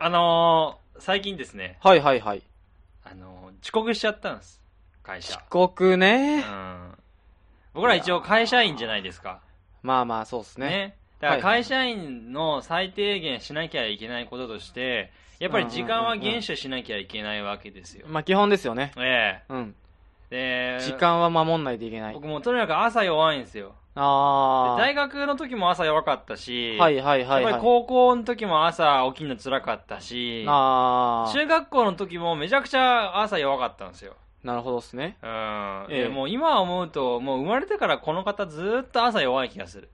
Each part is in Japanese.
最近ですね、 はいはいはい。 遅刻しちゃったんです。会社。 遅刻ね。 僕ら一応会社員じゃないですか。 まあまあ、そうですね。 ね。だから会社員の最低限しなきゃいけないこととして、やっぱり時間は厳守しなきゃいけないわけですよ。 まあ基本ですよね。 ええ。 うん。 で、 時間は守んないといけない。 僕もとにかく朝弱いんですよ。 ああ。 大学の時も朝弱かったし、 はいはいはい、はい。 やっぱり高校の時も朝起きるの辛かったし、中学校の時もめちゃくちゃ朝弱かったんですよ。 なるほどですね。 でもう今思うと、もう生まれてからこの方ずーっと朝弱い気がする。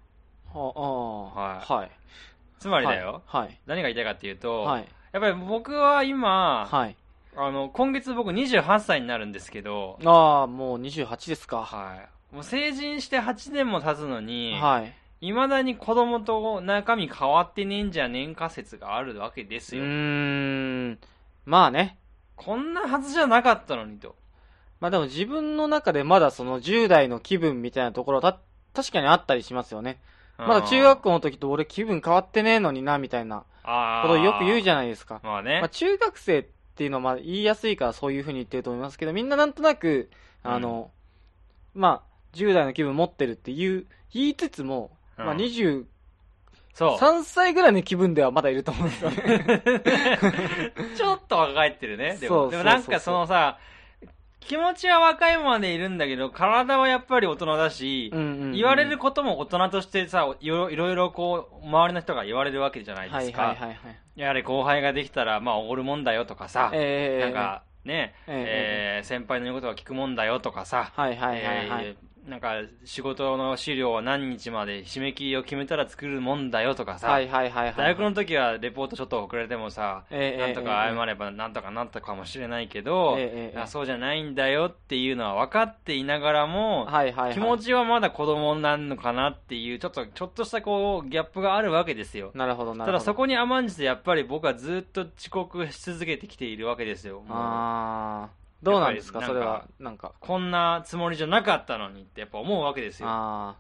はい。 つまりだよ。 はい。 何が言いたいかっていうと、 はい。 やっぱり僕は今、 はい。 今月僕28歳になるんですけど、 もう28ですか。 はい。もう成人して8年も経つのに、 はい。 未だに子供と中身変わってねえんじゃねえんか説があるわけですよ。 まあね。 こんなはずじゃなかったのにと。 まあでも自分の中でまだその10代の気分みたいなところ確かにあったりしますよね。まだ中学校の時と俺気分変わってねえのにな、みたいなことをよく言うじゃないですか。 まあね。 まあ中学生っていうのはまあ言いやすいからそういう風に言ってると思いますけど、みんななんとなく、まあ、10代の気分持ってるって言いつつも、まあ23歳ぐらいの気分ではまだいると思うんですよね。 ちょっと若返ってるね。でもなんかそのさ、気持ちは若いまでいるんだけど、体はやっぱり大人だし、言われることも大人としてさ、いろいろこう、周りの人が言われるわけじゃないですか。やはり後輩ができたら、まあ、おごるもんだよとかさ、なんか、ね、先輩の言うことは聞くもんだよとかさ、なんか仕事の資料は何日まで締め切りを決めたら作るもんだよとかさ、大学の時はレポートちょっと遅れてもさ、なんとか謝ればなんとかなったかもしれないけど、そうじゃないんだよっていうのは分かっていながらも、気持ちはまだ子供なのかなっていうちょっとしたこうギャップがあるわけですよ。 なるほど。 ただそこに甘んじてやっぱり僕はずっと遅刻し続けてきているわけですよ。 どうなんですかそれは。なんかこんなつもりじゃなかったのにってやっぱ思うわけですよ。 ま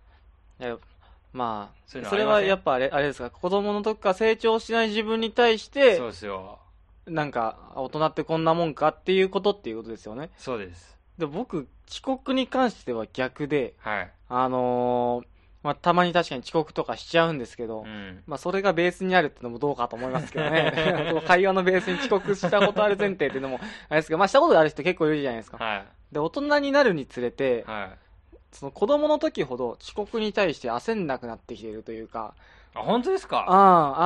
あ、それはやっぱあれですか、子供の時から成長しない自分に対して、 そうですよ。 なんか、大人ってこんなもんかっていうことですよね。 そうです。 で、僕、遅刻に関しては逆で、 はい。 まあ、たまに確かに遅刻とかしちゃうんですけど、まあ、それがベースにあるってのもどうかと思いますけどね。会話のベースに遅刻したことある前提っていうのも、あれですけど、まあ、したことある人結構いるじゃないですか。 はい。 で、大人になるにつれて、その子供の時ほど遅刻に対して焦んなくなってきているというか。 本当ですか？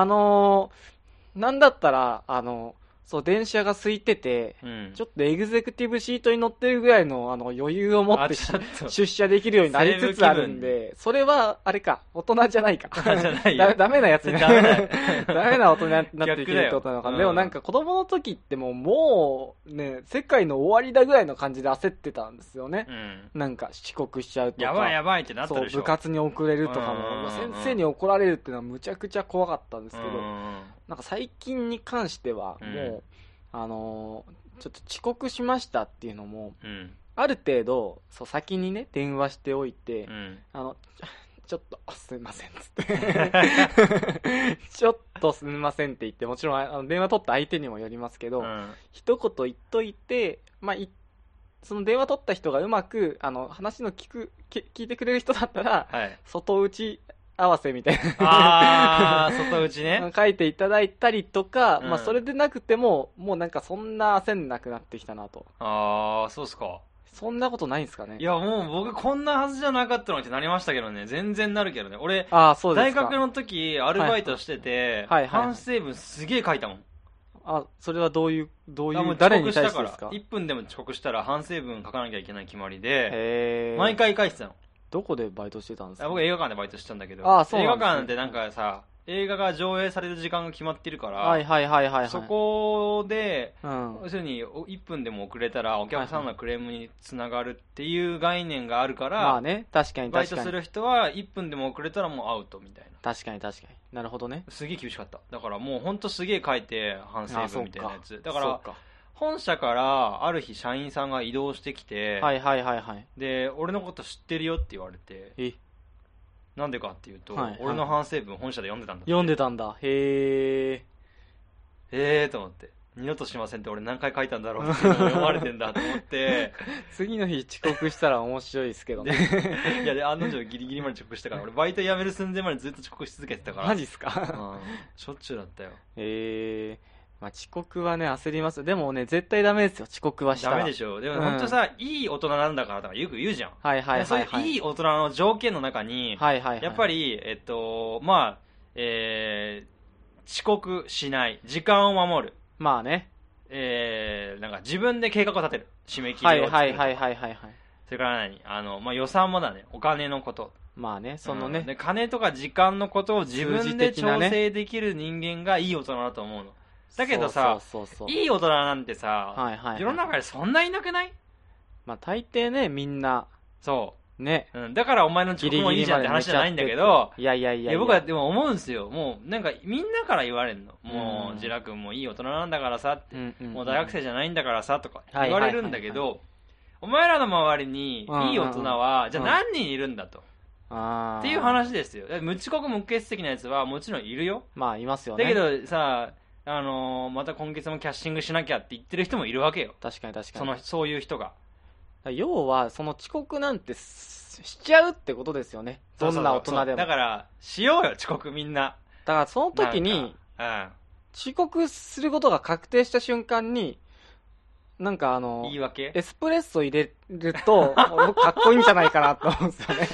なんだったら、そう、電車が空いてて、ちょっとエグゼクティブシートに乗ってるぐらいの余裕を持って出社できるようになりつつあるんで、それは、あれか、大人じゃないか。ダメなやつになる。ダメな大人になってきてるってことなのかな。でもなんか子供の時ってもうね、世界の終わりだぐらいの感じで焦ってたんですよね。なんか遅刻しちゃうとか。 やばいってなったでしょ。 そう、部活に遅れるとかも、先生に怒られるっていうのはむちゃくちゃ怖かったんですけど、なんか最近に関してはもう、ちょっと遅刻しましたっていうのも、ある程度先にね電話しておいて、ちょっとすみませんっつってちょっとすみませんって言って、もちろん電話取った相手にもよりますけど、一言言っといて、まあその電話取った人がうまく話の聞いてくれる人だったら、外打ち合わせみたいな。外打ちね。 書いていただいたりとか、まあそれでなくても、もうなんかそんな焦んなくなってきたなと。 そうっすか。 そんなことないんですかね。 いやもう僕こんなはずじゃなかったのってなりましたけどね。全然なるけどね。俺、 そうですか。 大学の時アルバイトしてて、反省文すげえ書いたもん。 それはどういう、誰に対してですか？ 1 分でも遅刻したら反省文書かなきゃいけない決まりで、毎回書いてたの。 どこでバイトしてたんですか？ 僕映画館でバイトしてたんだけど、 そう映画館ってなんかさ、映画が上映される時間が決まってるから、そこで、要するに1分でも遅れたらお客さんのクレームにつながるっていう概念があるから、 まあね、確かにバイトする人は1分でも遅れたらもうアウトみたいな。 確かに。なるほどね。 すげえ厳しかった。だからもうほんとすげえ書いて反省文みたいなやつ。だから、本社からある日社員さんが移動してきて、で、俺のこと知ってるよって言われて、なんでかっていうと、俺の反省文本社で読んでたんだって。 読んでたんだ。へと思って。二度としませんって俺何回書いたんだろうっていうのを読まれてんだと思って次の日遅刻したら面白いですけどねいやで案の定ギリギリまで遅刻したから俺バイト辞める寸前までずっと遅刻し続けてたからマジっすか、 しょっちゅうだったよ。 まあ、遅刻はね焦ります。でもね絶対ダメですよ遅刻はしたら。 ダメでしょ。でも本当さ、いい大人なんだからとかよく言うじゃん。 はいはいはい、はい、 そういういい大人の条件の中に、 はいはいはい、 やっぱりまあ遅刻しない、時間を守る、 まあね、 なんか自分で計画を立てる、締め切りを作る、 はいはいはいはいはいはい。 それからまあ、予算もだね、お金のこと。 まあね、そのね、 で金とか時間のことを自分で調整できる人間がいい大人だと思うの。だけどさ、いい大人なんてさ、はいはいはい、世の中でそんないなくない？ まあ大抵ね、みんな。 そう。 ね、 だからお前の遅刻もいいじゃんって話じゃないんだけど、 いや僕はでも思うんですよ。もうなんかみんなから言われるの。もうジラ君もいい大人なんだからさって、もう大学生じゃないんだからさとか言われるんだけど、お前らの周りにいい大人はじゃあ何人いるんだと。っていう話ですよ。無遅刻無欠席なやつはもちろんいるよ。 まあいますよね。 だけどさ、また今月もキャッシングしなきゃって言ってる人もいるわけよ。 確かに確かに。 そういう人が。 要はその遅刻なんてしちゃうってことですよね。どんな大人でも。 だからしようよ遅刻みんな。 だからその時に遅刻することが確定した瞬間になんか言い訳エスプレッソ入れるとかっこいいんじゃないかなと思うんですよね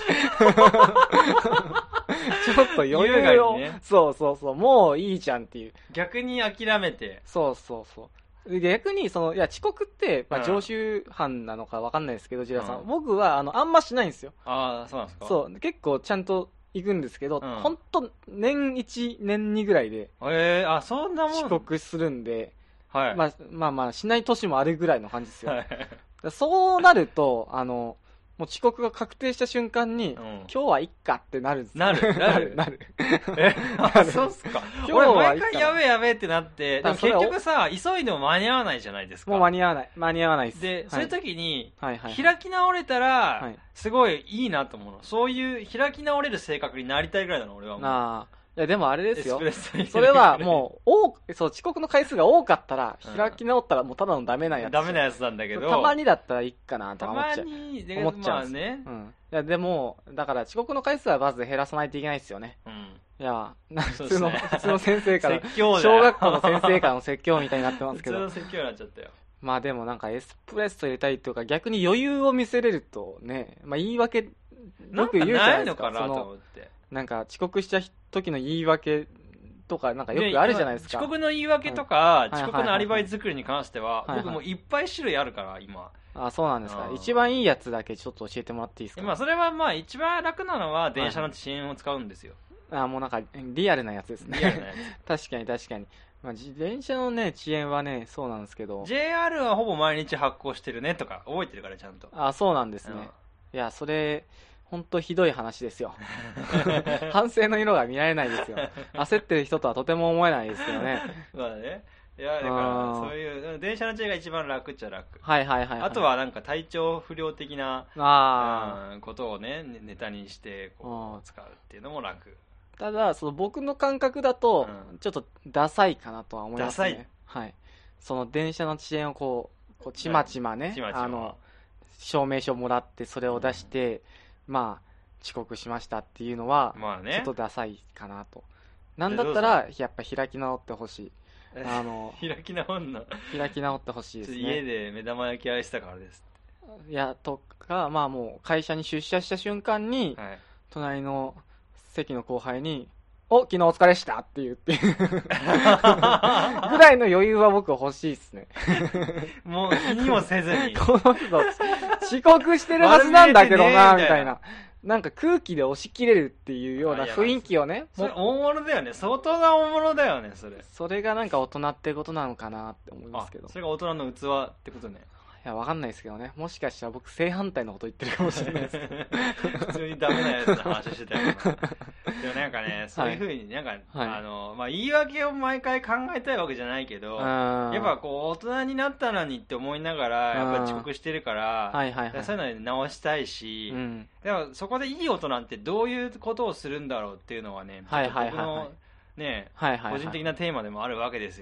ちょっと余裕を、ね、そうもういいじゃんっていう。 逆に諦めて。 そう逆にいや遅刻って、まあ、常習犯なのか分かんないですけど、ジラさん、僕はあんましないんですよ。 ああ、そうなんですか。 そう結構ちゃんと行くんですけど、本当年1年2ぐらいでそんなもん遅刻するんで、 はい、 まあしない年もあるぐらいの感じですよ。そうなるともう遅刻が確定した瞬間に、今日はいっかってなるんですよ。なるそうっすか。俺毎回やべえってなって、でも結局さ、急いでも間に合わないじゃないですか。 もう間に合わないです。 で、そういう時に、開き直れたら、すごいいいなと思うの。そういう開き直れる性格になりたいぐらいなの、俺はもう。 いやでもあれですよ。それはもう遅刻の回数が多かったら開き直ったらもうただのダメなやつ。 ダメなやつなんだけど。 たまにだったらいいかなと思っちゃう。 たまに思っちゃうんですね。 いやでもだから遅刻の回数はまず減らさないといけないですよね。いや普通の先生から小学校の先生からの説教みたいになってますけど。 普通の説教になっちゃったよ。 まあでもなんかエスプレッソ入れたいとか逆に余裕を見せれるとね、まあ言い訳よく言うじゃないですか。なんか遅刻した時の言い訳とかなんかよくあるじゃないですか。 遅刻の言い訳とか、遅刻のアリバイ作りに関しては、僕もいっぱい種類あるから今。 そうなんですか。一番いいやつだけちょっと教えてもらっていいですか。 それはまあ一番楽なのは電車の遅延を使うんですよ。 もうなんかリアルなやつですね。 リアルなやつ。確かに。まあ、電車のね遅延はねそうなんですけど。 JR はほぼ毎日発行してるねとか覚えてるからちゃんと。 そうなんですね。いやそれ。本当ひどい話ですよ反省の色が見られないですよ。焦ってる人とはとても思えないですけどね。 まあね。いやだからそういう電車の遅延が一番楽っちゃ楽。 あとはなんか体調不良的なことをねネタにしてこう使うっていうのも楽。 ただ僕の感覚だとちょっとダサいかなとは思いますね。その電車の遅延をこうちまちまね証明書もらってそれを出して、まあ遅刻しましたっていうのはちょっとダサいかなと。なんだったらやっぱ開き直ってほしい。 開き直ってほしいですね。 家で目玉焼き愛したからです。 いやとかまあもう会社に出社した瞬間に、隣の席の後輩に昨日お疲れしたって言ってぐらいの余裕は僕欲しいっすね。 もう気にもせずにこの人遅刻してるはずなんだけどなみたいな。なんか空気で押し切れるっていうような雰囲気をね。 それ大物だよね。相当な大物だよねそれ。 それがなんか大人ってことなのかなって思いますけど。 それが大人の器ってことね。 いやわかんないですけどね。もしかしたら僕正反対のこと言ってるかもしれないですけど普通にダメなやつの話してたよでもなんかねそういう風になんか、まあ言い訳を毎回考えたいわけじゃないけど、やっぱこう大人になったのにって思いながらやっぱ遅刻してるから、そういうのに直したいし、でもそこでいい大人ってどういうことをするんだろうっていうのはね、僕のね、個人的なテーマでもあるわけですよ。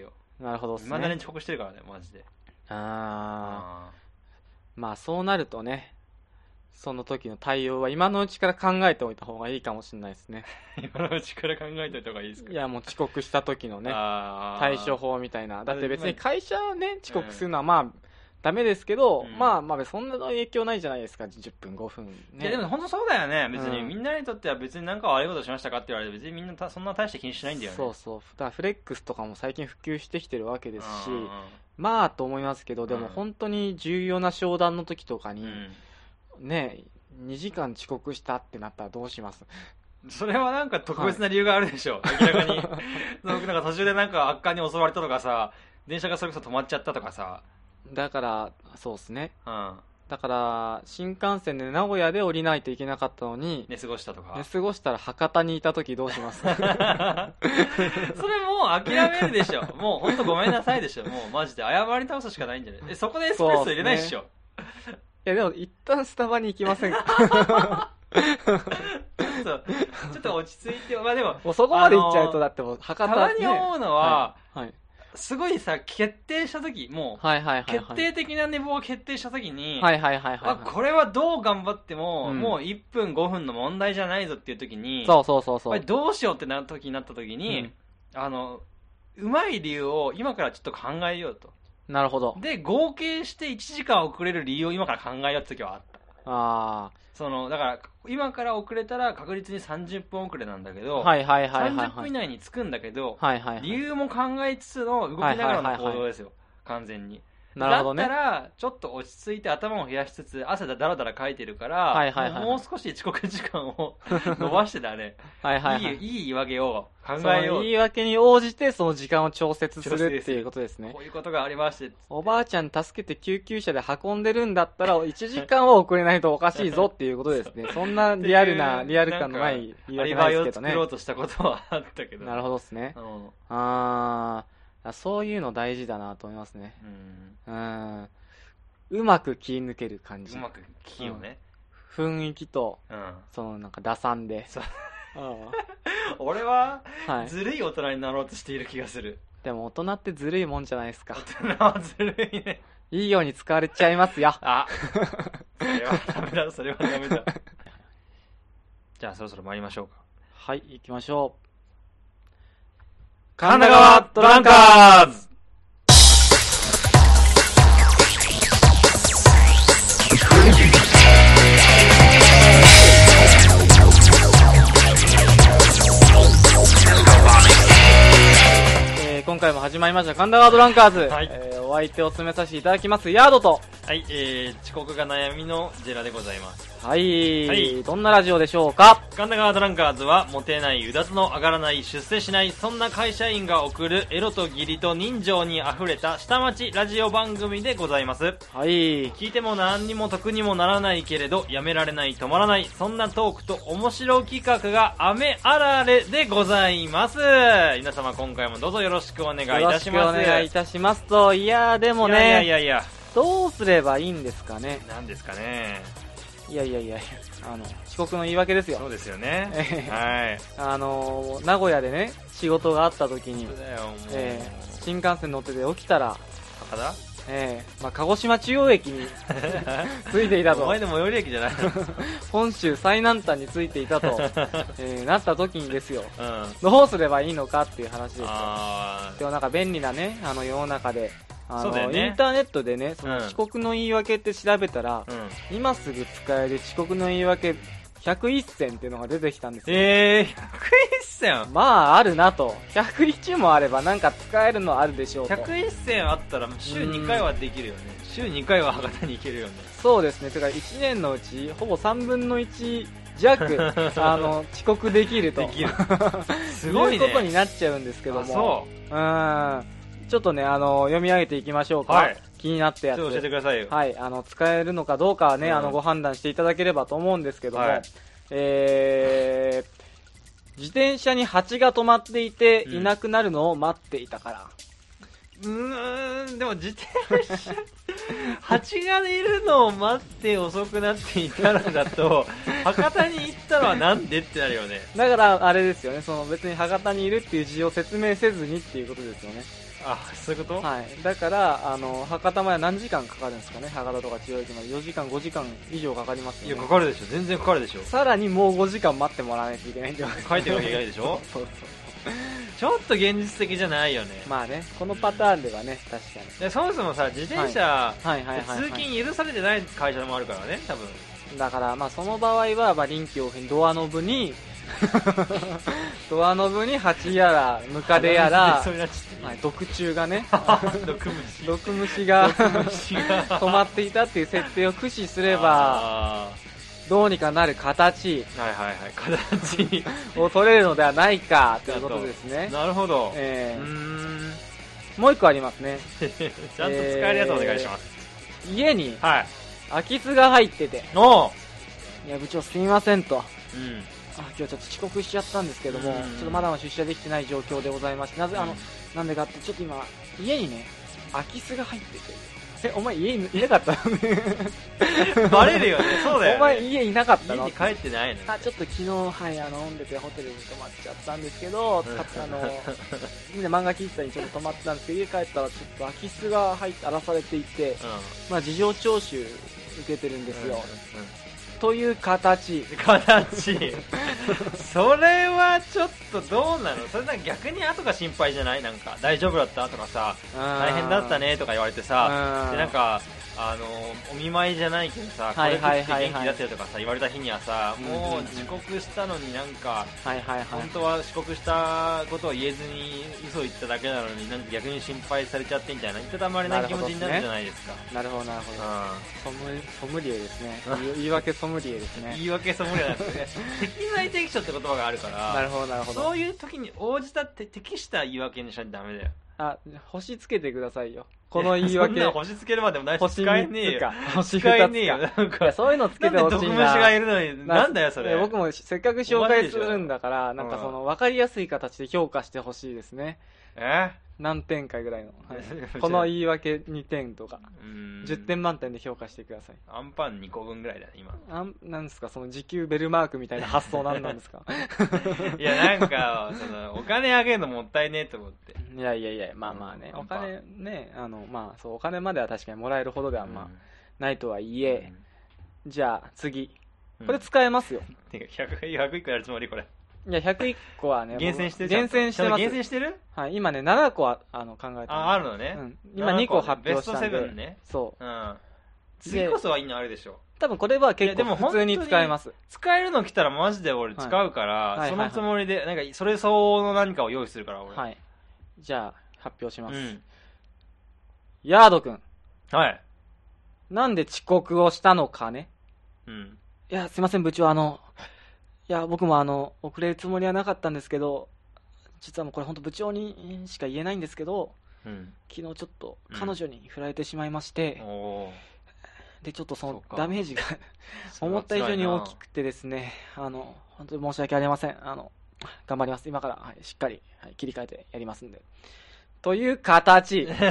なるほどですね。 未だに遅刻してるからね、マジで。 まあそうなるとね、その時の対応は今のうちから考えておいた方がいいかもしれないですね。 今のうちから考えておいた方がいいですか？ いや、もう遅刻した時のね、対処法みたいな。だって別に会社ね、遅刻するのはまあ、ダメですけど、まあそんな影響ないじゃないですか、10分5分、ね、 いやでも本当そうだよね。別にみんなにとっては別に何か悪いことしましたかって言われて別にみんなそんな大して気にしないんだよね。 そうだからフレックスとかも最近普及してきてるわけですし、まあと思いますけど、でも本当に重要な商談の時とかに、ね、2時間遅刻したってなったらどうします？ それはなんか特別な理由があるでしょ、明らかに。なんか途中でなんか悪漢に襲われたとかさ、電車がそれこそ止まっちゃったとかさ。 だからそうですね、だから新幹線で名古屋で降りないといけなかったのに寝過ごしたとか。 寝過ごしたら博多にいた時どうします？それもう諦めるでしょ。もう本当ごめんなさいでしょ。もうマジで謝り倒すしかないんじゃない？そこでエスプレッソ入れないでしょ。いやでも一旦スタバに行きませんか？ ちょっと落ち着いて、まあでももうそこまで行っちゃうとだってもう博多、 たまに思うのは、 はいすごいさ、決定したとき、もう、決定的な寝坊が決定したときに、これはどう頑張っても、もう1分5分の問題じゃないぞっていうときに、 そう。 どうしようってなったときになったときに、うまい理由を今からちょっと考えようと。 なるほど。 で、合計して1時間遅れる理由を今から考えようってときはあった。だから、今から遅れたら確実に30分遅れなんだけど、30分以内に着くんだけど、理由も考えつつの動きながらの行動ですよ、完全に。なるほどね。だったら、ちょっと落ち着いて頭を冷やしつつ、汗だらだらかいてるから、もう少し遅刻時間を伸ばしてだね。いい言い訳を考えよう。 言い訳に応じてその時間を調節するっていうことですね。 こういうことがありまして。 おばあちゃん助けて救急車で運んでるんだったら、1時間は遅れないとおかしいぞっていうことですね。そんなリアル感のない言い訳ないですけどね。 アリバイを作ろうとしたことはあったけど。 なるほどですね。そういうの大事だなと思いますね。うまく切り抜ける感じ。 うまく気をね。 雰囲気と、そのなんか打算で。 俺は、ずるい大人になろうとしている気がする。 でも大人ってずるいもんじゃないですか。 大人はずるいね。 いいように使われちゃいますよ。 それはダメだ。じゃあそろそろ参りましょうか。 はい、行きましょう。 神田川ドランカーズ。 今回も始まりました神田川ドランカーズ、お相手を務めさせていただきますヤードと、 遅刻が悩みのジェラでございます。 どんなラジオでしょうか。 神田川ドランカーズはモテない、うだつの上がらない、出世しない、そんな会社員が送るエロと義理と人情に溢れた下町ラジオ番組でございます。聞いても何にも得にもならないけれどやめられない、止まらない、そんなトークと面白企画が雨あられでございます。皆様今回もどうぞよろしくお願いいたします。 よろしくお願いいたしますと、いやでもね、どうすればいいんですかね。 何ですかね。 遅刻の言い訳ですよ。 そうですよね。 名古屋でね、仕事があった時に、新幹線乗ってて起きたら、鹿児島中央駅に着いていたと。 お前でも最寄り駅じゃないの。 本州最南端に着いていたと、なった時にですよ、どうすればいいのかっていう話ですよ。でもなんか便利なね、世の中で、インターネットでね、その遅刻の言い訳って調べたら、今すぐ使える遅刻の言い訳101選っていうのが出てきたんですよ。 101選まああるなと。101もあればなんか使えるのあるでしょうと。 101選あったら週2回はできるよね。週2回は博多に行けるよね。 そうですね。てか1年のうちほぼ3分の1弱遅刻できると。 できる。すごいね。 いうことになっちゃうんですけども。ちょっとね、読み上げていきましょうか。気になったやつ。 ちょっと教えてくださいよ。 使えるのかどうかはね、ご判断していただければと思うんですけども、自転車に蜂が止まっていて、いなくなるのを待っていたから。 でも自転車、蜂がいるのを待って遅くなっていたらだと、博多に行ったのはなんでってなるよね。 だから、あれですよね、別に博多にいるっていう事情を説明せずにっていうことですよね。 あ、そういうこと？ はい。だから、博多まで何時間かかるんですかね。博多とか千代駅まで4時間、5時間以上かかりますよね。 いや、かかるでしょ。全然かかるでしょ。 さらにもう5時間待ってもらわないといけないんで。 帰ってるわけいけないでしょ。 そうそう。 ちょっと現実的じゃないよね。 まあね、このパターンではね、確かに。 でそもそもさ、自転車、通勤許されてない会社もあるからね、多分。 だから、まあその場合は、まあ臨機応変にドアノブに、ドアノブに蜂やらムカデやら、はい、毒虫がね毒虫が止まっていたっていう設定を駆使すればどうにかなる形形を取れるのではないかということですね。 なるほど。 もう一個ありますね。 ちゃんと使えるやつお願いします。 家にはい空き巣が入ってて、いや部長すみませんと、今日ちょっと遅刻しちゃったんですけども、ちょっとまだ出社できてない状況でございまして、なんでかってちょっと今家にね空き巣が入ってて、お前家にいなかったのね。 バレるよね。そうだよね。 お前家いなかったの？ 家に帰ってないの？ ちょっと昨日飲んでてホテルに泊まっちゃったんですけど、漫画喫茶にちょっと泊まってたんですけど、家帰ったらちょっと空き巣が荒らされていて、まあ事情聴取受けてるんですよ。という形それはちょっとどうなの？それなんか逆に後が心配じゃない？なんか大丈夫だったとかさ、大変だったねとか言われてさ、でなんかお見舞いじゃないけどさ、これ食って元気だってとかさ言われた日にはさ、もう遅刻したのになんか本当は遅刻したことを言えずに嘘を言っただけなのに、なんか逆に心配されちゃってみたいな、いたたまれない気持ちになるじゃないですか。 なるほどなるほど。ソムリエですね。言い訳ソムリエですね。 言い訳ソムリエなんですね。適材適所って言葉があるから、 なるほどなるほど。 そういう時に応じたって適した言い訳にしちゃダメだよ。 星つけてくださいよ。この言い訳。 そんな星つけるまでもないし、使えねえよ。 星使えねえよ。なんかそういうのつけてほしいな。 毒虫がいるのに、なんだよそれ。 僕もせっかく紹介するんだから、なんか分かりやすい形で評価してほしいですね。何点かぐらいの。この言い訳2点とか。10点満点で評価してください。 アンパン2個分ぐらいだね、今。 なんですか、その時給ベルマークみたいな発想なんですか。 いや、なんか、お金あげるのもったいねえと思って。 いや、まあまあね、お金ね、まあそう、お金までは確かにもらえるほどではまあ、ないとはいえ、じゃあ次。これ使えますよ。 てか、101個やるつもりこれ。 いや、101個はね、 厳選してる？ 厳選してます。 厳選してる？ はい、今ね、7個は考えてます。 あるのね。 今2個発表したんで。 ベスト7ね。 そう。 次こそはいいのあるでしょ。 多分これは結構普通に使えます。 使えるの来たらマジで俺使うから、そのつもりで、なんかそれ相応の何かを用意するから俺。 はい。じゃあ、発表します。ヤードくん。 はい。 なんで遅刻をしたのかね。いや、すいません部長、いや、僕も遅れるつもりはなかったんですけど、実はもうこれ本当部長にしか言えないんですけど、昨日ちょっと彼女に振られてしまいまして、でちょっとそのダメージが思った以上に大きくてですね、本当に申し訳ありません。頑張ります。今から、しっかり、切り替えてやりますんで。という形。 ね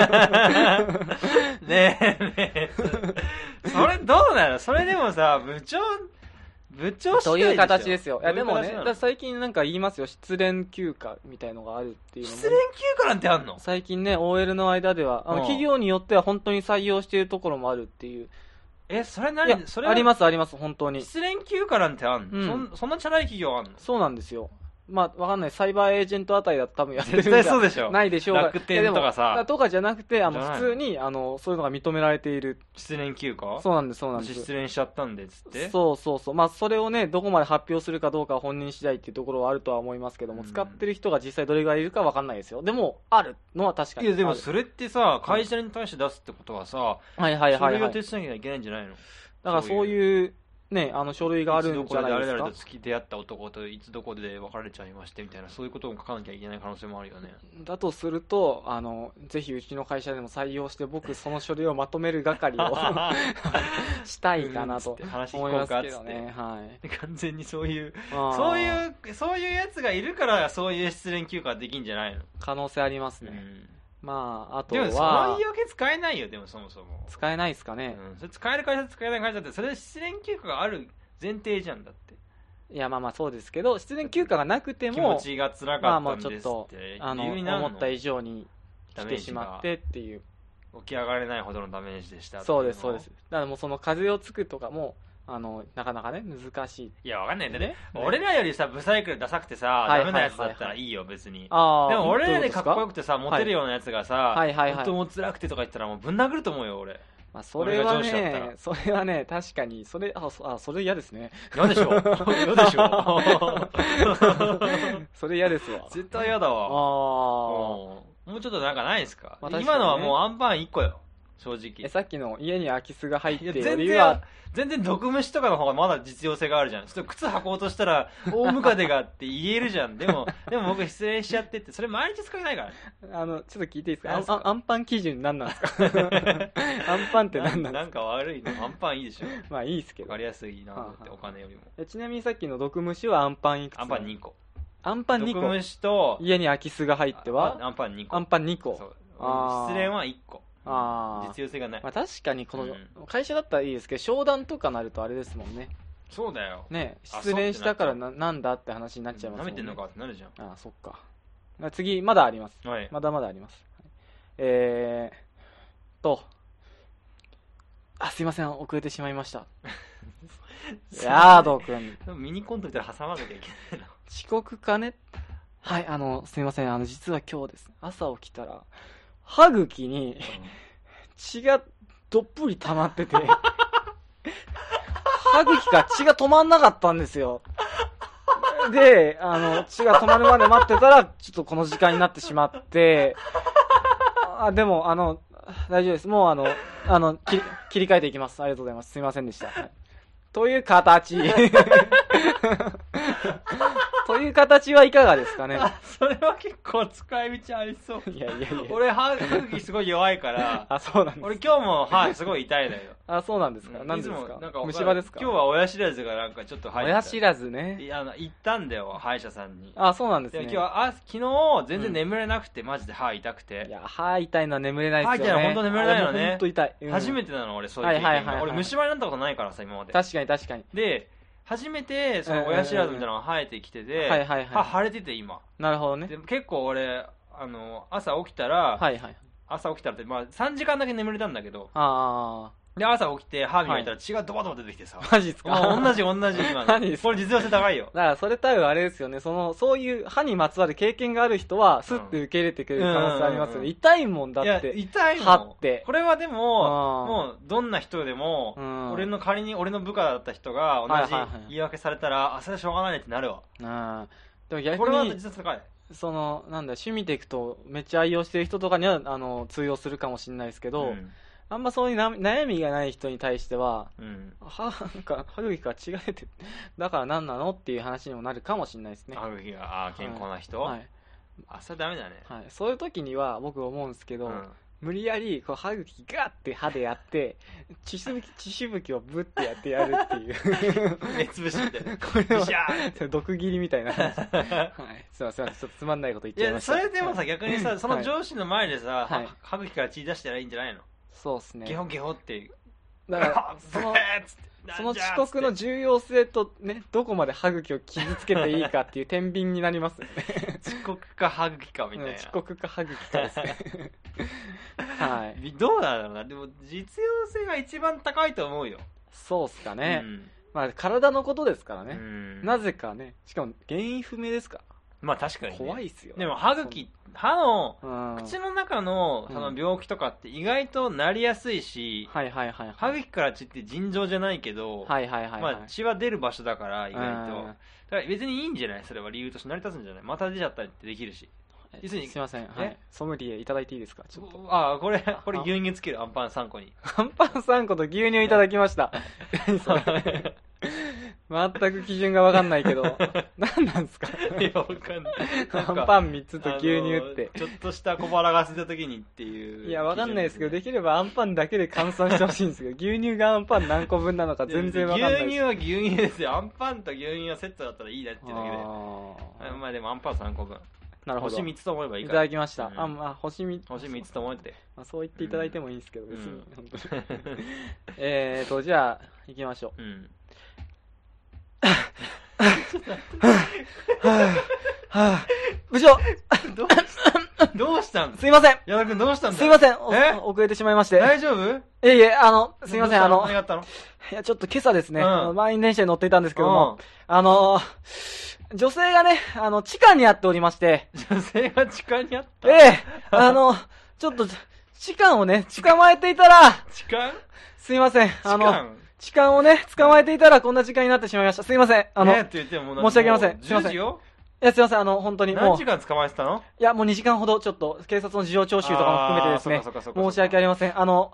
え。それどうなの？それでもさ、部長という形ですよ。いやでもね、最近なんか言いますよ。失恋休暇みたいのがあるっていうのも。 失恋休暇なんてあんの？ 最近ね、OL の間では、企業によっては本当に採用しているところもあるっていう。 それ何？それありますあります、本当に。 失恋休暇なんてあんの？そんなチャラい企業あんの？ そうなんですよ。まあ、わかんない。サイバーエージェントあたりだと多分やってるんじゃ絶対そうでしょ。 ないでしょうが。 楽天とかさ。 とかじゃなくて、普通に、そういうのが認められている。 失恋休暇？ そうなんです、そうなんです。 失恋しちゃったんで、つって。 そう。まあ、それをね、どこまで発表するかどうかは本人次第っていうところはあるとは思いますけども、使ってる人が実際どれぐらいいるかわかんないですよ。でも、あるのは確かに。 いや、でもそれってさ、会社に対して出すってことはさ、それを手伝いなきゃいけないんじゃないの？ だからそういう、ね、書類があるんじゃないですか。 誰々と出会った男といつどこで別れちゃいましてみたいな、そういうことも書かなきゃいけない可能性もあるよね。 だとすると、ぜひうちの会社でも採用して僕その書類をまとめる係をしたいかなと思いますけどね。はい。 完全にそういうやつがいるからそういう失恋休暇できんじゃないの？ 可能性ありますね。まあ、あとは。 でもその言い訳使えないよ、でもそもそも。 使えないですかね。 それ使える会社使えない会社って、それで失恋休暇がある前提じゃんだって。 いや、まあそうですけど、失恋休暇がなくても、 気持ちが辛かったんですって。 まあちょっと、思った以上に来てしまってっていう、 起き上がれないほどのダメージでした。 そうですそうです。だからもうその風をつくとかもなかなかね難しい。 いやわかんないんだね。俺らよりさブサイクルダサくてさ、ダメなやつだったらいいよ別に。でも俺らでかっこよくてさモテるようなやつがさ、本当も辛くてとか言ったらもうぶん殴ると思うよ俺。 まあそれはね確かにそれ嫌ですね。 嫌でしょ。嫌でしょ。 それ嫌ですわ。 絶対嫌だわ。もうちょっとなんかないですか。今のはもうアンパン1個よ。正直。 さっきの家に空き巣が入ってるよりは全然毒虫とかの方がまだ実用性があるじゃん。ちょっと靴履こうとしたら大ムカデがって言えるじゃん。でも僕失礼しちゃってって、それ毎日使えないから。 ちょっと聞いていいですか。アンパン基準何なんですか。アンパンって何なんですか。 なんか悪いの。アンパンいいでしょ。 まあいいですけど。 わかりやすいなと思ってお金よりも。 ちなみにさっきの毒虫はアンパンいくつ？ アンパン2個。 アンパン2個。 毒虫と家に空き巣が入ってはアンパン2個。 アンパン2個。 失恋は1個。実用性がない。 まあ確かにこの会社だったらいいですけど、商談とかなるとあれですもんね。 そうだよね。失恋したからなんだって話になっちゃいますもんね。 舐めてんのかってなるじゃん。 そっか。次まだあります。まだまだあります。すいません遅れてしまいました。ヤード君。 ミニコントみたいな挟まなきゃいけないの。 遅刻かね。はい、すいません実は今日ですね、朝起きたら歯茎に血がどっぷり溜まってて歯茎から血が止まんなかったんですよ。で血が止まるまで待ってたらちょっとこの時間になってしまって、でも大丈夫です。もう切り替えていきます。ありがとうございます。すいませんでした、という形という形はいかがですかね。 それは結構使い道ありそう。 いや俺歯茎すごい弱いからそうなんです。 俺今日も歯すごい痛いのよ。 そうなんですか。何ですか。 なんか虫歯ですか。 今日は親知らずがなんかちょっと入ってた。 親知らずね。 行ったんだよ歯医者さんに。 そうなんですね。 今日昨日全然眠れなくて、マジで歯痛くて。 いや歯痛いのは眠れないですよね。 歯痛いのは本当眠れないのね。 本当痛い。 初めてなの俺そういう経験。俺虫歯になったことないからさ今まで。 確かに。 で初めてその親知らずみたいなのが生えてきてて、歯腫れてて今。 なるほどね。 で結構俺朝起きたらってまあ3時間だけ眠れたんだけど、で朝起きて歯磨いたら血がドバドバ出てきてさ、 マジっすか。 同じ今のこれ実用性高いよ。 だからそれ多分あれですよね、そういう歯にまつわる経験がある人はスッて受け入れてくれる可能性ありますよね。痛いもんだって。 痛いもん。 歯ってこれはでももうどんな人でも仮に俺の部下だった人が同じ言い訳されたらそれはしょうがないねってなるわ。 でも逆にこれは実用性高い。 趣味でいくとめっちゃ愛用してる人とかには通用するかもしれないですけど、あんまそういう悩みがない人に対しては、歯茎から血が出てだから何なのっていう話にもなるかもしれないですね。 歯茎が健康な人、それダメだね。 そういう時には僕思うんですけど、無理やり歯茎ガッて歯でやって血しぶきをブッてやってやるっていう目つぶしみたいな。 これは毒斬りみたいな話。すいませんちょっとつまんないこと言っちゃいました。 それでもさ逆にさその上司の前でさ歯茎から血出したらいいんじゃないの。 そうですね。 ゲホゲホってだからその遅刻の重要性とね、どこまで歯茎を傷つけていいかっていう天秤になりますよね。 遅刻か歯茎かみたいな。 遅刻か歯茎かですね。 どうなんだろうな。でも実用性が一番高いと思うよ。 そうっすかね。体のことですからね。なぜかね。しかも原因不明ですから。 まあ確かに、 怖いっすよ。 でも歯の口の中のその病気とかって意外となりやすいし、歯茎から血って尋常じゃないけど、血は出る場所だから意外と。だから別にいいんじゃない。それは理由として成り立つんじゃない。また出ちゃったりってできるし。 すいません、ソムリエいただいていいですか。ちょっとこれ牛乳つける。アンパン3個にアンパン3個と牛乳いただきました。全く基準が分かんないけど何なんですか。 いや分かんない。 アンパン3つと牛乳ってちょっとした小腹が空いた時にっていう。 いや分かんないですけど、できればアンパンだけで換算してほしいんですけど、牛乳がアンパン何個分なのか全然分かんない。 牛乳は牛乳ですよ。アンパンと牛乳はセットだったらいいなっていうだけで。まあでもアンパン3個分。なるほど。星3つと思えばいいから。 いただきました。星3 つと思って。 そう言っていただいてもいいんですけど、別に。本当に。じゃあ、行きましょう。部長どうしたんすいません。 矢田くんどうしたんだすいません。遅れてしまいまして。 大丈夫？ すいません、 何があったの？ いや、ちょっと今朝ですね、満員電車に乗っていたんですけども、女性がね、地下にあっておりまして。 女性が地下にあった？ ちょっと、痴漢をね、捕まえていたら、 痴漢？ すいません、痴漢をね、捕まえていたらこんな時間になってしまいました。すいません。申し訳ありません。すいません。いや、すいません、本当にもう。 何時間捕まえてたの？ いや、もう2時間ほど、ちょっと、警察の事情聴取とかも含めてですね、申し訳ありません。はい、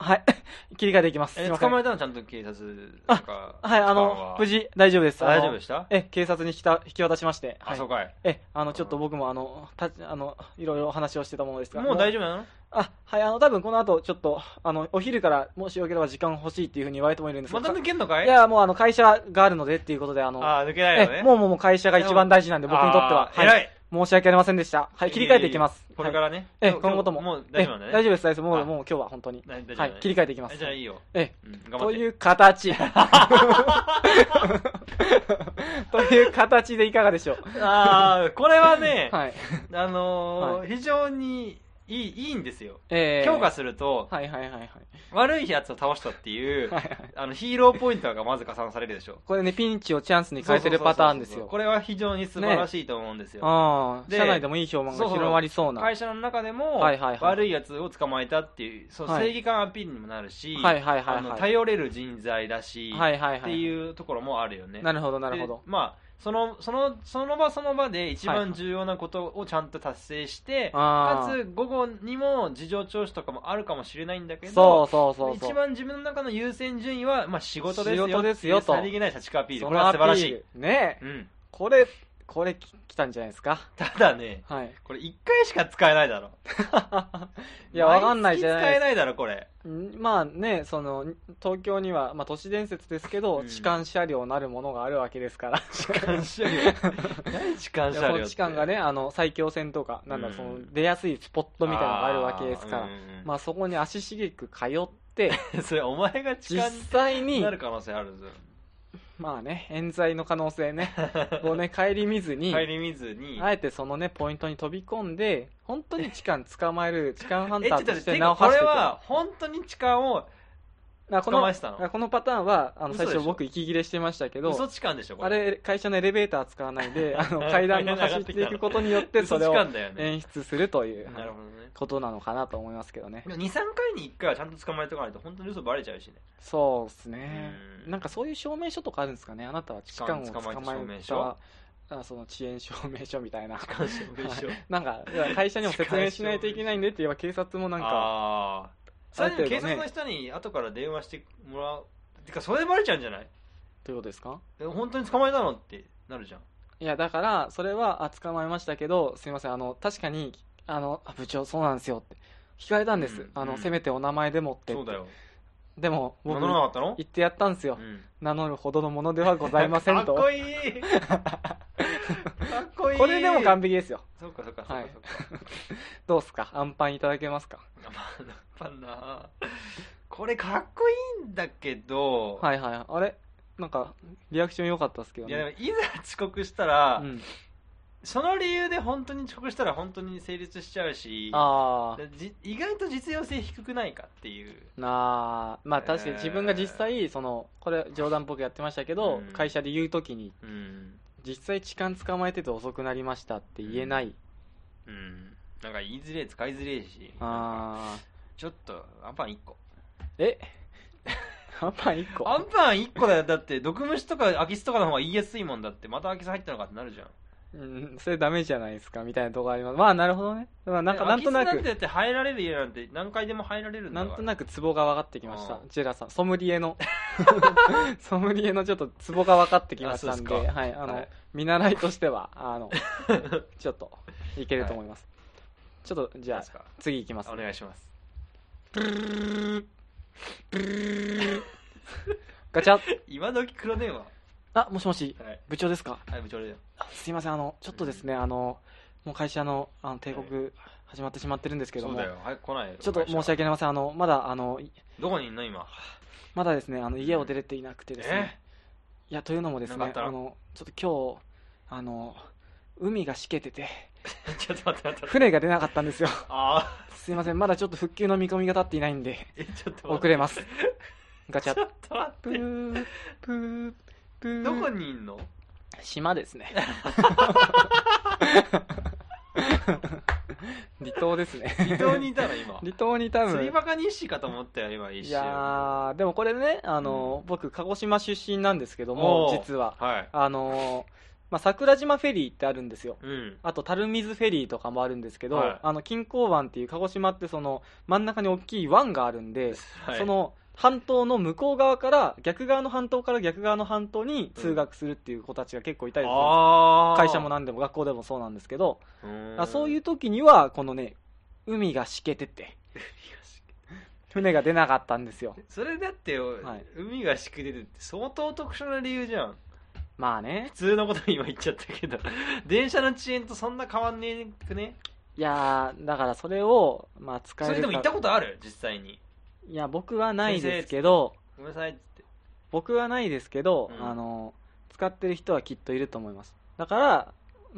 切り替えていきます。 捕まえたのちゃんと警察はい、無事、大丈夫です。 大丈夫でした？ 警察に引き渡しまして。 そうかい。 ちょっと僕もいろいろ話をしてたものですが。 もう大丈夫なの？ はい、多分この後、ちょっと、お昼からもしよければ時間欲しいっていうふうに言われてもいるんですけど。 また抜けんのかい？ いや、もう会社があるのでっていうことで、 抜けないよね。 もう会社が一番大事なんで、僕にとっては。 偉い。 申し訳ありませんでした。はい、切り替えていきます。 これからね。 今後とも。 もう大丈夫なんだね。 大丈夫です、大丈夫です。もう今日は本当に。はい、切り替えていきます。 じゃあいいよ。 という形。という形でいかがでしょう。 これはね、非常に、いいんですよ。強化すると、悪いやつを倒したっていう、ヒーローポイントがまず加算されるでしょ。 これね、ピンチをチャンスに変えてるパターンですよ。 これは非常に素晴らしいと思うんですよ。 社内でもいい評判が広まりそうな。 会社の中でも、悪いやつを捕まえたっていう、正義感アピールにもなるし、頼れる人材だし、っていうところもあるよね。 なるほど、なるほど。 まあ、その場で一番重要なことをちゃんと達成して、かつ午後にも事情聴取とかもあるかもしれないんだけど、一番自分の中の優先順位は、仕事ですよと。さりげない立ちアピール。これは素晴らしい。 ねえ。これ来たんじゃないですか。 ただね、これ1回しか使えないだろ。 いや、わかんないじゃないですか。 使えないだろ、これ。 まあね、東京には、都市伝説ですけど、痴漢車両なるものがあるわけですから。 痴漢車両何痴漢車両って。 痴漢がね、埼京線とか、出やすいスポットみたいなのがあるわけですから、そこに足しげく通って、 それお前が痴漢になる可能性あるぞ。 まあね、冤罪の可能性ね、をね、顧みずに、あえてそのね、ポイントに飛び込んで、本当に痴漢捕まえる、痴漢ハンターとして名を馳せてこれは、本当に痴漢を捕まえてたの？ このパターンは、最初僕息切れしてましたけど、 嘘痴漢でしょ、これ。あれ、会社のエレベーター使わないで、階段を走っていくことによって、それを演出するという、ことなのかなと思いますけどね。 2、3回に1回はちゃんと捕まえておかないと、本当に嘘バレちゃうしね。 そうですね。なんかそういう証明書とかあるんですかね。あなたは痴漢を捕まえた、その遅延証明書みたいな。なんか、会社にも説明しないといけないんでって言えば警察もなんか、 それで警察の人に後から電話してもらう。てか、それでバレちゃうんじゃない？ どういうことですか？ 本当に捕まえたのってなるじゃん。 いや、だから、それは、捕まえましたけど、すいません、確かに、部長、そうなんですよって。聞かれたんです。せめてお名前でもって。 そうだよ。 でも、僕、 名乗らなかったの？ 言ってやったんですよ。名乗るほどのものではございませんと。 かっこいいかっこいいこれでも完璧ですよ。 そうか。 どうすか？アンパンいただけますか？ アンパンなこれかっこいいんだけど。 あれなんか、リアクション良かったですけどね。 いや、いざ遅刻したら、その理由で本当に遅刻したら本当に成立しちゃうし、意外と実用性低くないかっていう。 まあ確かに自分が実際、これ冗談っぽくやってましたけど、会社で言うときに、実際痴漢捕まえてて遅くなりましたって言えない。 なんか言いづれえ、使いづれえし。ちょっと、アンパン1個。 アンパン1個？ アンパン1個だよ。だって、毒虫とか空き巣とかの方が言いやすいもんだって、また空き巣入ったのかってなるじゃん。 それダメじゃないですかみたいなとこあります。まあなるほどね。なんとなく。 空き巣なんてだって入られる家なんて何回でも入られるんだから。 なんとなくツボが分かってきました。ジェラさん。ソムリエのちょっとツボが分かってきましたんで、見習いとしては、ちょっと、いけると思います。ちょっと、じゃあ、次行きます。 お願いします。 ガチャ。 今時黒電話。 もしもし、部長ですか？ はい、部長だよ。 すいません、ちょっとですね、もう会社の、帝国始まってしまってるんですけども。 そうだよ、早く来ないよ。 ちょっと申し訳ありません、まだ、 どこにいんの今？ まだですね、家を出れていなくてですね。いや、というのもですね、ちょっと今日、海がしけてて、 ちょっと待って。 船が出なかったんですよ。 ああ。 すいません、まだちょっと復旧の見込みが立っていないんで、 ちょっと遅れます。ガチャッ。 ちょっと待って。 プー、プー、プー。 どこにいんの？ 島ですね。離島ですね。 離島にいたの今。 離島に多分。 釣りバカ日誌かと思ったよ今一瞬。 いやー、でもこれね、僕鹿児島出身なんですけども、実は、 はい、 桜島フェリーってあるんですよ。 うん、 あと垂水フェリーとかもあるんですけど、 はい、 錦江湾っていう鹿児島ってその真ん中に大きい湾があるんで、はい、その半島の向こう側から逆側の半島から逆側の半島に通学するっていう子たちが結構いたりするんですよ、会社も何でも学校でもそうなんですけど、そういう時にはこのね、海がしけてて船が出なかったんですよ。 それだって、はい、海がしけててって相当特殊な理由じゃん。 まあね、 普通のこと今言っちゃったけど電車の遅延とそんな変わんねえくね。 いやー、だからそれを使えるか。 それでも行ったことある？実際に。 いや、僕はないですけど、 ごめんなさいっつって。 僕はないですけど、使ってる人はきっといると思います。だから、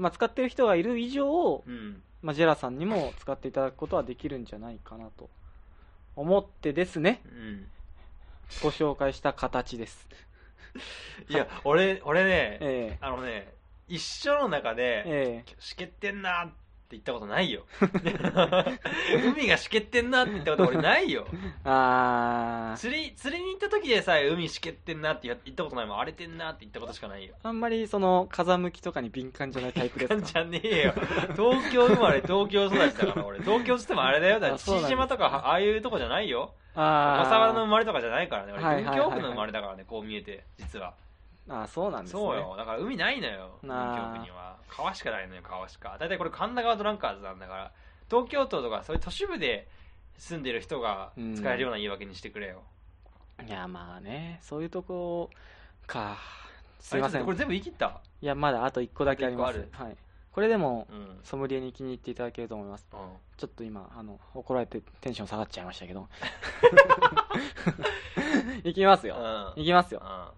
使ってる人がいる以上、ジェラさんにも使っていただくことはできるんじゃないかなと思ってですね、ご紹介した形です。 いや、俺ね、一生の中で、しけってんなって言ったことないよ。海がしけってんなって言ったこと俺ないよ。釣りに行った時でさえ海しけってんなって言ったことないもん。荒れてんなって言ったことしかないよ。 あんまりその風向きとかに敏感じゃないタイプですか？ 敏感じゃねえよ。東京生まれ東京育ちだから俺。東京つってもあれだよ。だから父島とかああいうとこじゃないよ。小田原の生まれとかじゃないからね。俺文京区の生まれだからね、こう見えて実は。 そうなんですね。 そうよ。だから海ないのよ、文京区には。川しかないのよ、川しか。だいたいこれ神田川ドランカーズなんだから、東京都とかそういう都市部で住んでる人が使えるような言い訳にしてくれよ。 いや、まあね、そういうとこか。すいません。 これ全部言い切った？ いや、まだあと1個だけあります。はい。これでも、ソムリエに気に入っていただけると思います。ちょっと今、怒られてテンション下がっちゃいましたけど。いきますよ。いきますよ。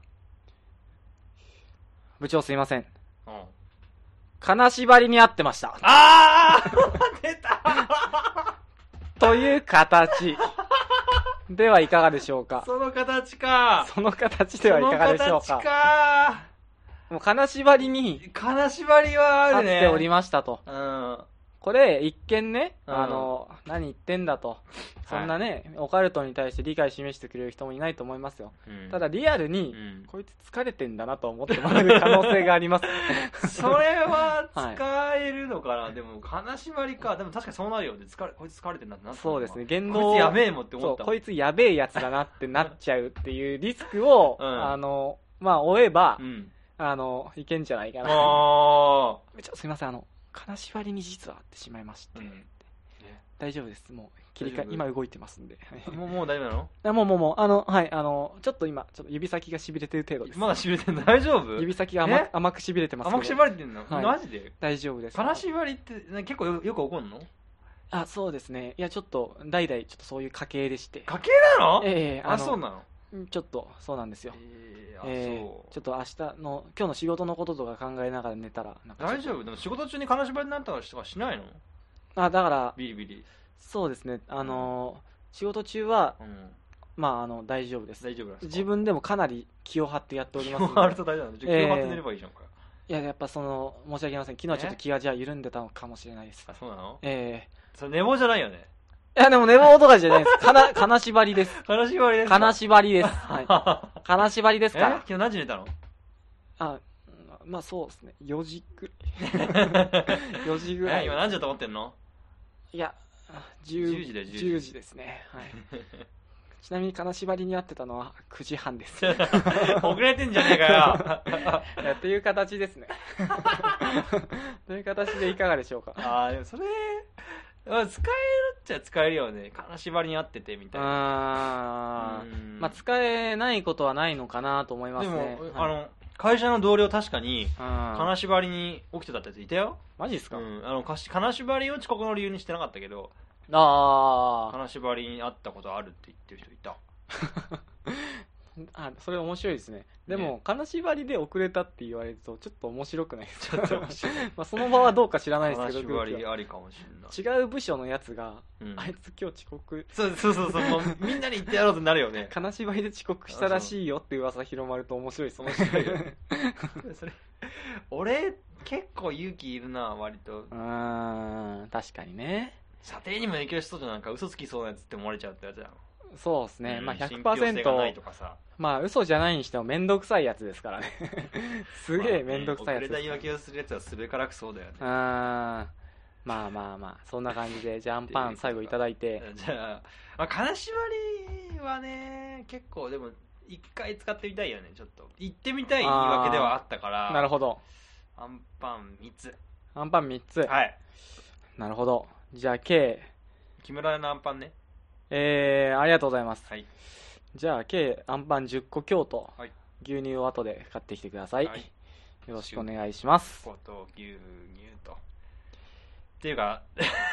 部長すいません。金縛りに合ってました。 出たという形ではいかがでしょうか。 その形か。 その形ではいかがでしょうか。 その形か。 もう金縛りに金縛りはあるね。 合っておりましたと。これ一見ね、何言ってんだと、そんなね、オカルトに対して理解示してくれる人もいないと思いますよ。ただリアルに、こいつ疲れてんだなと思ってもらえる可能性があります。 それは使えるのかな。でも金縛りか。でも確かにそうなるよね。こいつ疲れてんだってなった。 そうですね。 言動こいつやべえもんって思った。 こいつやべえやつだなってなっちゃうっていうリスクを、追えば、いけんじゃないかな。すいません、金縛りに実はあってしまいまして、大丈夫です。もう切り替え今動いてますんで。 もう大丈夫なの？ もうちょっと今指先が痺れてる程度です。 まだ痺れてんの？大丈夫？ 指先が甘く痺れてますけど。 甘く縛れてんの？マジで？ 大丈夫です。 金縛りって結構よく起こるの？ そうですね。いや、ちょっと代々ちょっとそういう家系でして。 家系なの？そうなの？ちょっとそうなんですよ。ちょっと今日の仕事のこととか考えながら寝たら大丈夫？でも仕事中に金縛りになったりとかしないの？ だからビリビリ。 そうですね。仕事中は大丈夫です。 大丈夫です。 自分でもかなり気を張ってやっております。 気を張ると大丈夫なんで。気を張って寝ればいいじゃんか。 いや、やっぱ申し訳ありません。昨日はちょっと気が緩んでたのかもしれないです。 そうなの？ それ寝坊じゃないよね。 いや、でも寝坊とかじゃないです。金縛りです。 金縛りです。 金縛りです。はい。金縛りですから。 昨日何時寝たの？ そうですね。4時くらい。4時ぐらい。 今何時だと思ってんの？ いや、10時ですね。はい。ちなみに金縛りに合ってたのは9時半です。 遅れてんじゃねえかよ。 という形ですね。という形でいかがでしょうか。 でもそれ、使えるっちゃ使えるよね。金縛りに合っててみたいな。 使えないことはないのかなと思いますね。 でも、会社の同僚確かに金縛りに起きてたってやついたよ。 マジですか？ 金縛りを遅刻の理由にしてなかったけど、金縛りにあったことあるって言ってる人いた。 それ面白いですね。でも、金縛りで遅れたって言われるとちょっと面白くないですか？ちょっと面白いまあその場はどうか知らないですけど、 金縛りありかもしれない。 違う部署のやつが、あいつ今日遅刻、 そうもうみんなに言ってやろうとなるよね。 金縛りで遅刻したらしいよって噂広まると面白いです。 面白いよね。それ俺結構勇気いるな、割と。 確かにね。 査定にも影響しそうじゃん。なんか嘘つきそうなやつって思われちゃうってやつじゃん。 そうですね、まあ 100%、 まあ嘘じゃないにしてもめんどくさいやつですからね。すげえめんどくさいやつ遅れた言い訳をするやつはすべからくそうだよね。 まあそんな感じでジャンパン最後いただいて、 じゃあ、金縛りはね結構でも一回使ってみたいよね。ちょっと行ってみたい言い訳ではあったから。 なるほど。 アンパン3つ。 アンパン3つ。 はい。 なるほど。じゃあ計木村のアンパンね。 ありがとうございます。 はい。 じゃあ計アンパン10個強と、 はい、 牛乳を後で買ってきてください。 はい、 よろしくお願いします。 10個と牛乳と。っていうか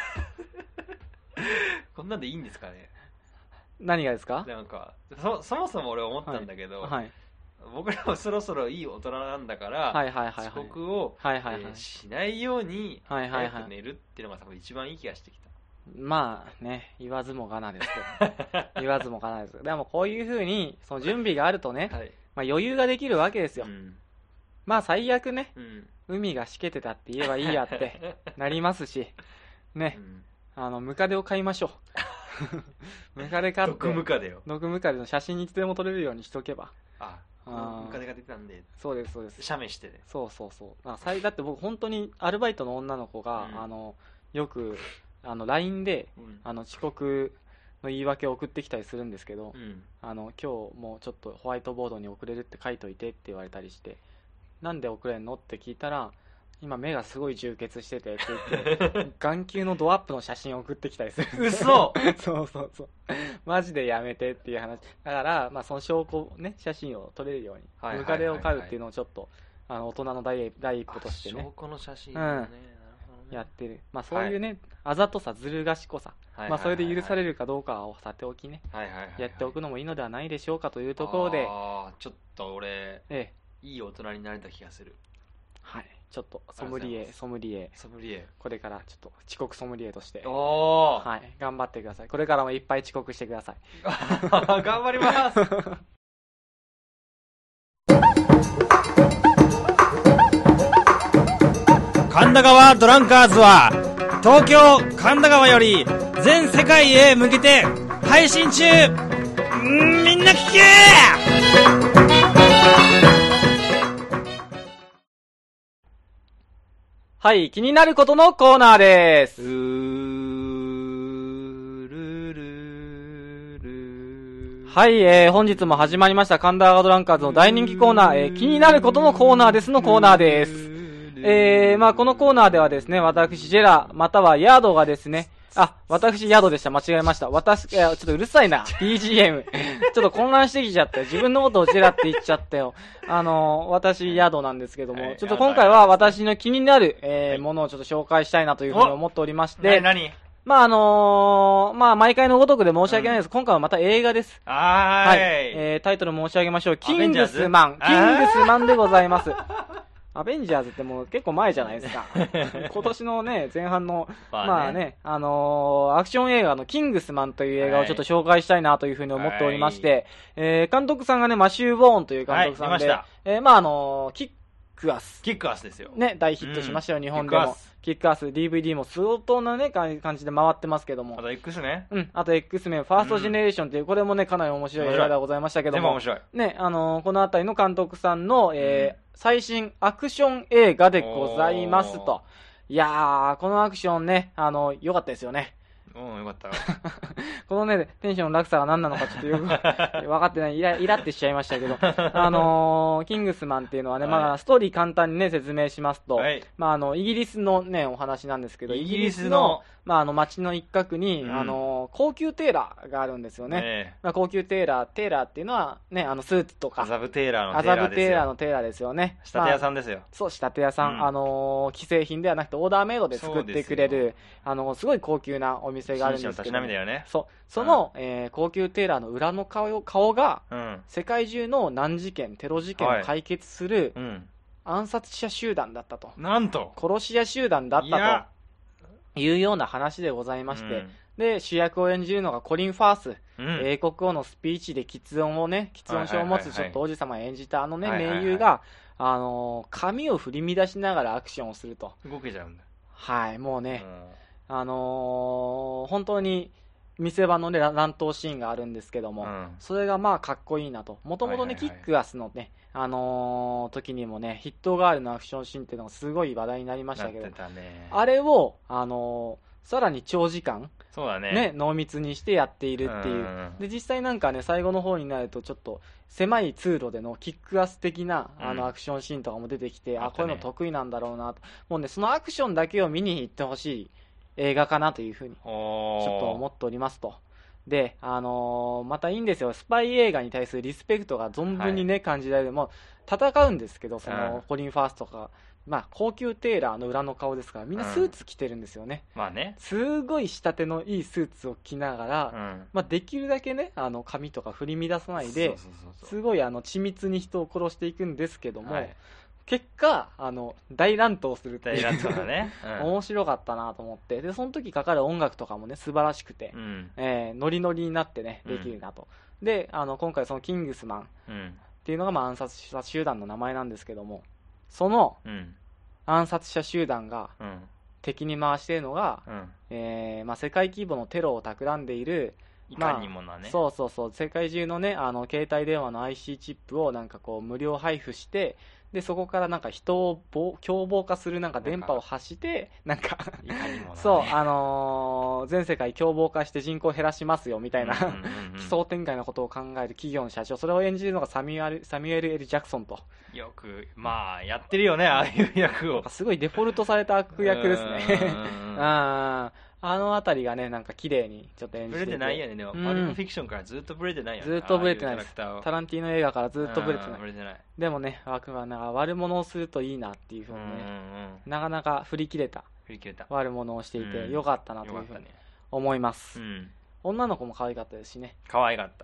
こんなんでいいんですかね。 何がですか？ なんかそもそも俺思ったんだけど、 はい、 僕らもそろそろいい大人なんだから、遅刻をしないように早く寝るっていうのが多分一番いい気がしてきた。 まあね、言わずもがなですけど言わずもがなです。でもこういう風にその準備があるとね、まあ、余裕ができるわけですよ。まあ最悪ね、海がしけてたって言えばいいやってなりますしね、ムカデを買いましょう。ムカデ買って、 毒ムカデよ。 毒ムカデの写真にいつでも撮れるようにしとけば。 ムカデが出たんで。 そうですそうです。 写メしてね。 そうだって僕本当にアルバイトの女の子が、よくLINE で、遅刻の言い訳を送ってきたりするんですけど、今日もうちょっとホワイトボードに送れるって書いといてって言われたりして、なんで送れんのって聞いたら、今目がすごい充血しててって言って眼球のドアップの写真を送ってきたりする。 嘘そうマジでやめてっていう話だから、まあその証拠ね、写真を撮れるようにムカデを飼うっていうのをちょっと大人の第一歩としてね、 証拠の写真をね、 やってる。まあそういうね、あざとさ、ずる賢さ、まあそれで許されるかどうかをさておきね、やっておくのもいいのではないでしょうかというところで、 ちょっと俺、いい大人になれた気がする。 はい、ちょっとソムリエこれからちょっと遅刻ソムリエとして、はい、頑張ってください。これからもいっぱい遅刻してください。 頑張ります。神田川ドランカーズは東京神田川より全世界へ向けて配信中。みんな聞け。 はい、気になることのコーナーです。はい、本日も始まりました神田川ドランカーズの大人気コーナー、気になることのコーナーですのコーナーです。まあこのコーナーではですね、私ジェラまたはヤードがですね、私ヤードでした。間違えました。ちょっとうるさいな。BGM。ちょっと混乱してきちゃったよ。自分のことをジェラって言っちゃったよ。私ヤードなんですけども、ちょっと今回は私の気になる、ものをちょっと紹介したいなというふうに思っておりまして、まあまあ毎回のごとくで申し訳ないです。今回はまた映画です。はい。タイトル申し上げましょう。キングスマンでございます。アベンジャーズってもう結構前じゃないですか。今年のね、前半の、まあね、アクション映画のキングスマンという映画をちょっと紹介したいなというふうに思っておりまして、監督さんがね、マシュー・ボーンという監督さんで、まあキックアスですよ。ね、大ヒットしましたよ、日本でも。キックアス、DVD も相当なね、感じで回ってますけども。 あと X メン？ あと X メン、ファーストジェネレーションっていう、これもね、かなり面白い映画でございましたけども。 でも面白い。 ね、このあたりの監督さんの、最新アクション映画でございますと。いやー、このアクションね、良かったですよね。 よかった。 このね、テンションの落差が何なのかちょっとよく分かってない、イラってしちゃいましたけど、キングスマンっていうのはね、まあ、ストーリー簡単にね、説明しますと、まあ、イギリスのね、お話なんですけど、イギリスの、 街の一角に、高級テーラーがあるんですよね。高級テーラーっていうのはね、スーツとか。 麻布テーラーのテーラーですよ。麻布テーラーのテーラーですよね。 仕立て屋さんですよ。 そう、仕立て屋さん。既製品ではなくてオーダーメイドで作ってくれる、すごい高級なお店があるんですけど。 紳士のたしなみだよね。 その、高級テーラーの裏の顔が、世界中の難事件、テロ事件を解決する、暗殺者集団だったと。 なんと殺し屋集団だったというような話でございまして、で、主役を演じるのがコリン・ファース。英国王のスピーチで喫音症を持つちょっと王子様を演じた名優が、髪を振り乱しながらアクションをすると。 動けちゃうんだ。 はい、もうね、本当に、見せ場のね、乱闘シーンがあるんですけども、それがかっこいいなと。もともとね、キックアスのね、時にもね、ヒットガールのアクションシーンっていうのがすごい話題になりましたけど、あれを、さらに長時間、濃密にしてやっているっていう。で、実際なんかね、最後の方になるとちょっと、狭い通路でのキックアス的な、アクションシーンとかも出てきて、こういうの得意なんだろうなと。もうね、そのアクションだけを見に行ってほしい映画かなというふうに、ちょっと思っておりますと。で、またいいんですよ。スパイ映画に対するリスペクトが存分にね、感じられる。もう、戦うんですけど、コリン・ファーストとか、高級テーラーの裏の顔ですから、みんなスーツ着てるんですよね。すごい仕立てのいいスーツを着ながら、できるだけね、髪とか振り乱さないで、すごい緻密に人を殺していくんですけども、結果、大乱闘するっていう。 大乱闘だね。 面白かったなと思って。で、その時かかる音楽とかもね、素晴らしくて、ノリノリになってね、できるなと。で、今回そのキングスマンっていうのが、暗殺者集団の名前なんですけども、その、暗殺者集団が、敵に回しているのが、世界規模のテロを企んでいる、 いかにもなね。 世界中のね、携帯電話の IC チップを無料配布して、で、そこから人を凶暴化する電波を発して、 いかにもなね。 そう、全世界凶暴化して人口を減らしますよ、みたいな、奇想天外なことを考える企業の社長、それを演じるのがサミュエル・L・ジャクソンと。 よく、やってるよね、ああいう役を。 すごいデフォルトされた悪役ですね。あのあたりがね、綺麗にちょっと演じてて。 ブレてないよね、でも。パルプフィクションからずっとブレてないよね。 ずっとブレてないです。タランティーノ映画からずっとブレてない。でもね、悪者をするといいなっていうふうにね、なかなか振り切れた悪者をしていて、よかったなというふうに思います。女の子も可愛かったですしね。 可愛かった。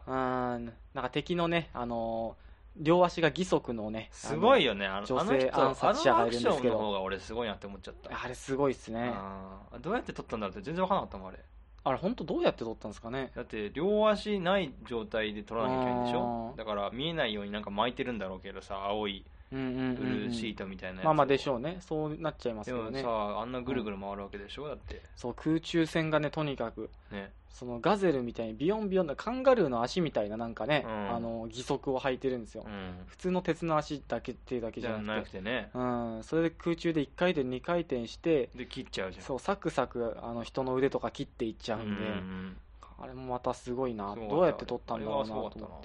敵のね、両足が義足のね、 すごいよね、 女性暗殺者がいるんですけど、 あのアクションの方が俺すごいなって思っちゃった。 あれすごいっすね。 どうやって撮ったんだろうって全然分からなかったもん、あれ。 あれ本当どうやって撮ったんですかね。 だって両足ない状態で撮らなきゃいけないんでしょ。だから見えないように巻いてるんだろうけどさ、青いブルーシートみたいなやつ。 でしょうね。そうなっちゃいますよね。 でもさ、あんなぐるぐる回るわけでしょ、だって。 そう、空中戦がね、とにかくね、そのガゼルみたいにビヨンビヨンなカンガルーの足みたいな義足を履いてるんですよ。普通の鉄の足だけっていうだけじゃなくてね。 それで空中で1回転2回転してで切っちゃうじゃん。 そう、サクサク人の腕とか切っていっちゃうんで、あれもまたすごいな、どうやって撮ったんだろうなと思って、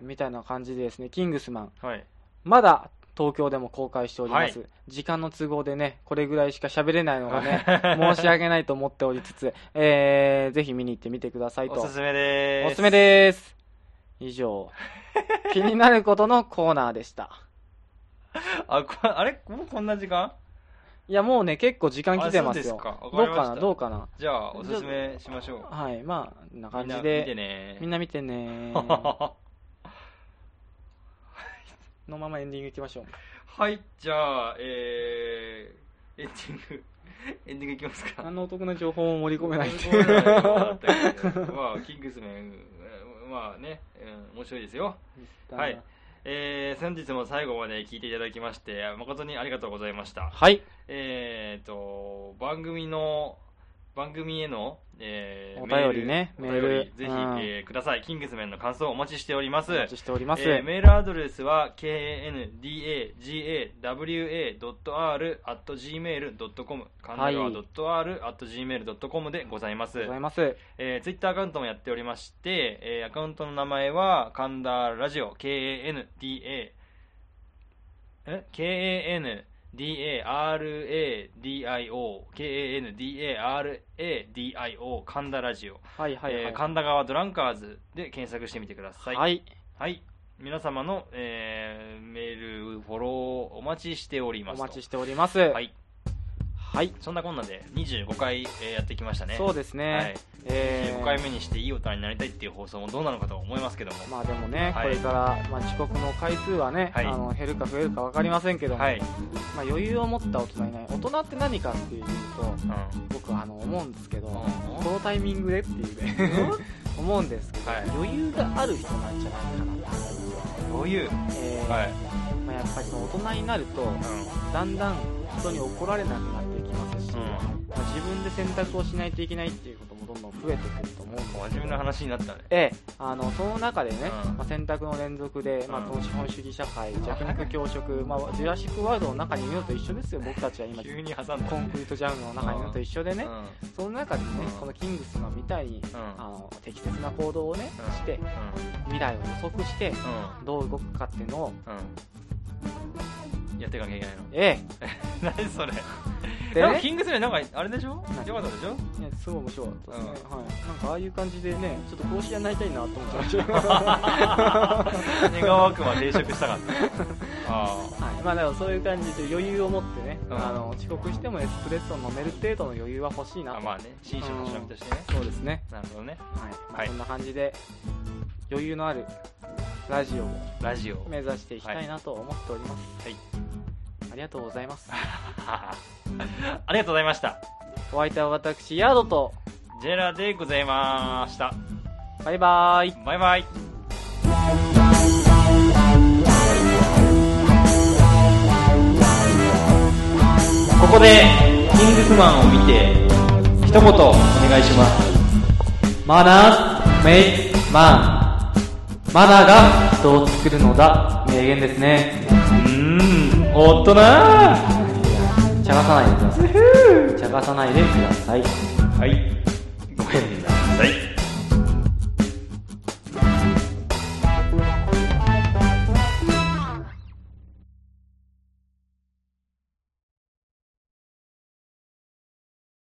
みたいな感じでですね、キングスマン、まだ東京でも公開しております、時間の都合でね、これぐらいしか喋れないのがね、申し訳ないと思っておりつつ、ぜひ見に行ってみてくださいと。 おすすめです。 おすすめです。以上、気になることのコーナーでした。 あれもうこんな時間？ いや、もうね、結構時間来てますよ。どうかな。 じゃあ、おすすめしましょう。 はい、こんな感じで。みんな見てね。のままエンディングいきましょう。 はい、じゃあ、エンディングいきますか。 お得な情報を盛り込めないっていう。 キングスメン、面白いですよ。はい。本日も最後まで聞いていただきまして誠にありがとうございました。 はい。 番組への、 お便りね、メールぜひ、ください。キングスメンの感想をお待ちしております。 お待ちしております。 メールアドレスは kandagawa.r@gmail.com カンダガワ .r@gmail.com でございます。ツイッターアカウントもやっておりまして、アカウントの名前はカンダラジオ KANDA KANDARADIO 神田ラジオ、 はいはいはい、 神田川ドランカーズで検索してみてください。 はい、 はい、皆様の、メールフォローお待ちしております。 お待ちしております。 はいはい、 そんなこんなで25回、やってきましたね。 そうですね、はい、 25回目にしていい大人になりたいっていう放送もどうなのかと思いますけども、 まあでもね、はい、これから、まあ、遅刻の回数はね、はい、減るか増えるか分かりませんけども、はい、まあ、余裕を持った大人になる。大人って何かっていうと、僕は思うんですけど、このタイミングでっていうね思うんですけど、余裕がある人なんじゃないかなって余裕、 まあ、やっぱりその大人になると、だんだん人に怒られなくなっていきますし、まあ、自分で選択をしないといけないっていうこともどんどん増えてくると思う。 真面目な話になったね。 その中でね、まあ、選択の連続で、まあ、この資本主義社会、弱肉強食、まあ、ジュラシックワールドの中にいるのと一緒ですよ。僕たちは今急に挟んだコンクリートジャングルの中にいるのと一緒でね、その中でね、このキングスのみたいに、適切な行動をね、して、未来を予測して、どう動くかっていうのを、 やっていかなきゃいけないの。何それ。 でね、キングスメンなんかあれでしょ？よかったでしょ？ いや、すごい面白かったですね。はい。なんかああいう感じでね、ちょっと殺し屋になりたいなと思ってました。 願わくは定食したかった。 はい。まあでもそういう感じで余裕を持ってね、遅刻してもエスプレッソを飲める程度の余裕は欲しいなと。 まあね、新書の調べとしてね。 そうですね。 なるほどね。 はい。まあ、そんな感じで余裕のあるラジオを目指していきたいなと思っております。はい。ありがとうございます。 ありがとうございました。 お相手は私、ヤードとジェラでございました。 バイバーイ。 バイバイ。ここでキングスマンを見て一言お願いします。 マナーメイマン。マナーが人を作るのだ。名言ですね。 おっとなー。 茶化さないでください。茶化さないでください。